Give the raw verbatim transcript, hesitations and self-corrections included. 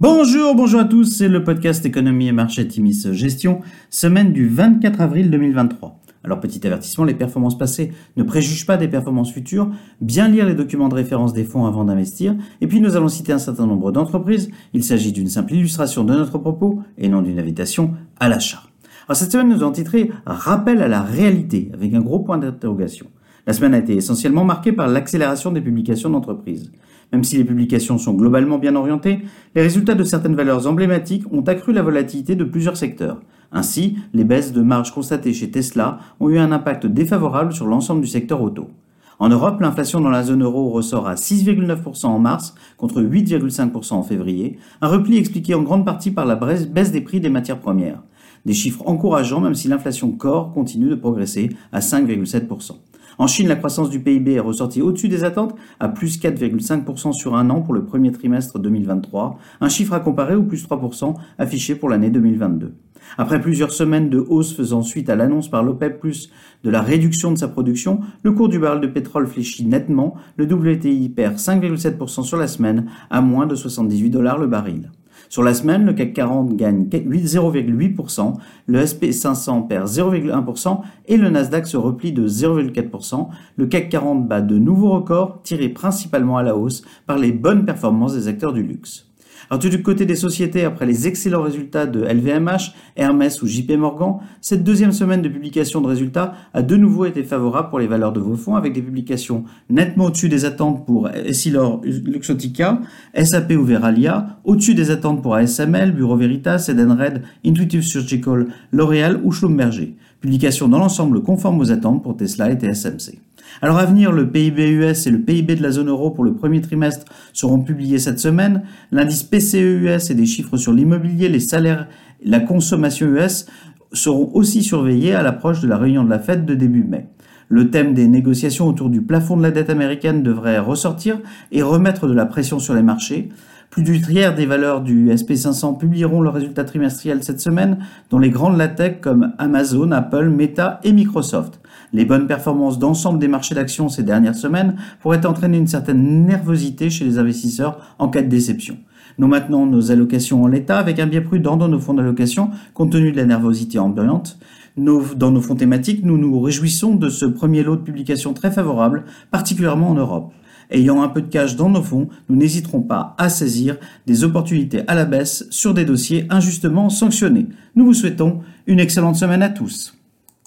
Bonjour, bonjour à tous, c'est le podcast Économie et Marché Timis Gestion, semaine du vingt-quatre avril deux mille vingt-trois. Alors petit avertissement, les performances passées ne préjugent pas des performances futures, bien lire les documents de référence des fonds avant d'investir, et puis nous allons citer un certain nombre d'entreprises, il s'agit d'une simple illustration de notre propos et non d'une invitation à l'achat. Alors cette semaine nous avons titré « Rappel à la réalité » avec un gros point d'interrogation. La semaine a été essentiellement marquée par l'accélération des publications d'entreprises. Même si les publications sont globalement bien orientées, les résultats de certaines valeurs emblématiques ont accru la volatilité de plusieurs secteurs. Ainsi, les baisses de marge constatées chez Tesla ont eu un impact défavorable sur l'ensemble du secteur auto. En Europe, l'inflation dans la zone euro ressort à six virgule neuf pour cent en mars contre huit virgule cinq pour cent en février, un repli expliqué en grande partie par la baisse des prix des matières premières. Des chiffres encourageants même si l'inflation core continue de progresser à cinq virgule sept pour cent. En Chine, la croissance du P I B est ressortie au-dessus des attentes, à plus quatre virgule cinq pour cent sur un an pour le premier trimestre deux mille vingt-trois, un chiffre à comparer au plus trois pour cent affiché pour l'année deux mille vingt-deux. Après plusieurs semaines de hausse faisant suite à l'annonce par l'OPEP plus, de la réduction de sa production, le cours du baril de pétrole fléchit nettement, le W T I perd cinq virgule sept pour cent sur la semaine, à moins de soixante-dix-huit dollars le baril. Sur la semaine, le C A C quarante gagne zéro virgule huit pour cent, le S P cinq cents perd zéro virgule un pour cent et le Nasdaq se replie de zéro virgule quatre pour cent. Le C A C quarante bat de nouveaux records, tirés principalement à la hausse par les bonnes performances des acteurs du luxe. Alors du côté des sociétés, après les excellents résultats de L V M H, Hermès ou J P Morgan, cette deuxième semaine de publication de résultats a de nouveau été favorable pour les valeurs de vos fonds avec des publications nettement au-dessus des attentes pour Essilor Luxottica, S A P ou Veralia, au-dessus des attentes pour A S M L, Bureau Veritas, Edenred, Intuitive Surgical, L'Oréal ou Schlumberger. Publication dans l'ensemble conforme aux attentes pour Tesla et T S M C. Alors à venir, le P I B U S et le P I B de la zone euro pour le premier trimestre seront publiés cette semaine. L'indice P C E U S et des chiffres sur l'immobilier, les salaires et la consommation U S seront aussi surveillés à l'approche de la réunion de la Fed de début mai. Le thème des négociations autour du plafond de la dette américaine devrait ressortir et remettre de la pression sur les marchés. Plus du tiers des valeurs du S P cinq cents publieront leurs résultats trimestriels cette semaine, dont les grandes de la tech comme Amazon, Apple, Meta et Microsoft. Les bonnes performances d'ensemble des marchés d'actions ces dernières semaines pourraient entraîner une certaine nervosité chez les investisseurs en cas de déception. Nous maintenons nos allocations en l'état avec un biais prudent dans nos fonds d'allocation compte tenu de la nervosité ambiante. Nos, dans nos fonds thématiques, nous nous réjouissons de ce premier lot de publications très favorable, particulièrement en Europe. Ayant un peu de cash dans nos fonds, nous n'hésiterons pas à saisir des opportunités à la baisse sur des dossiers injustement sanctionnés. Nous vous souhaitons une excellente semaine à tous.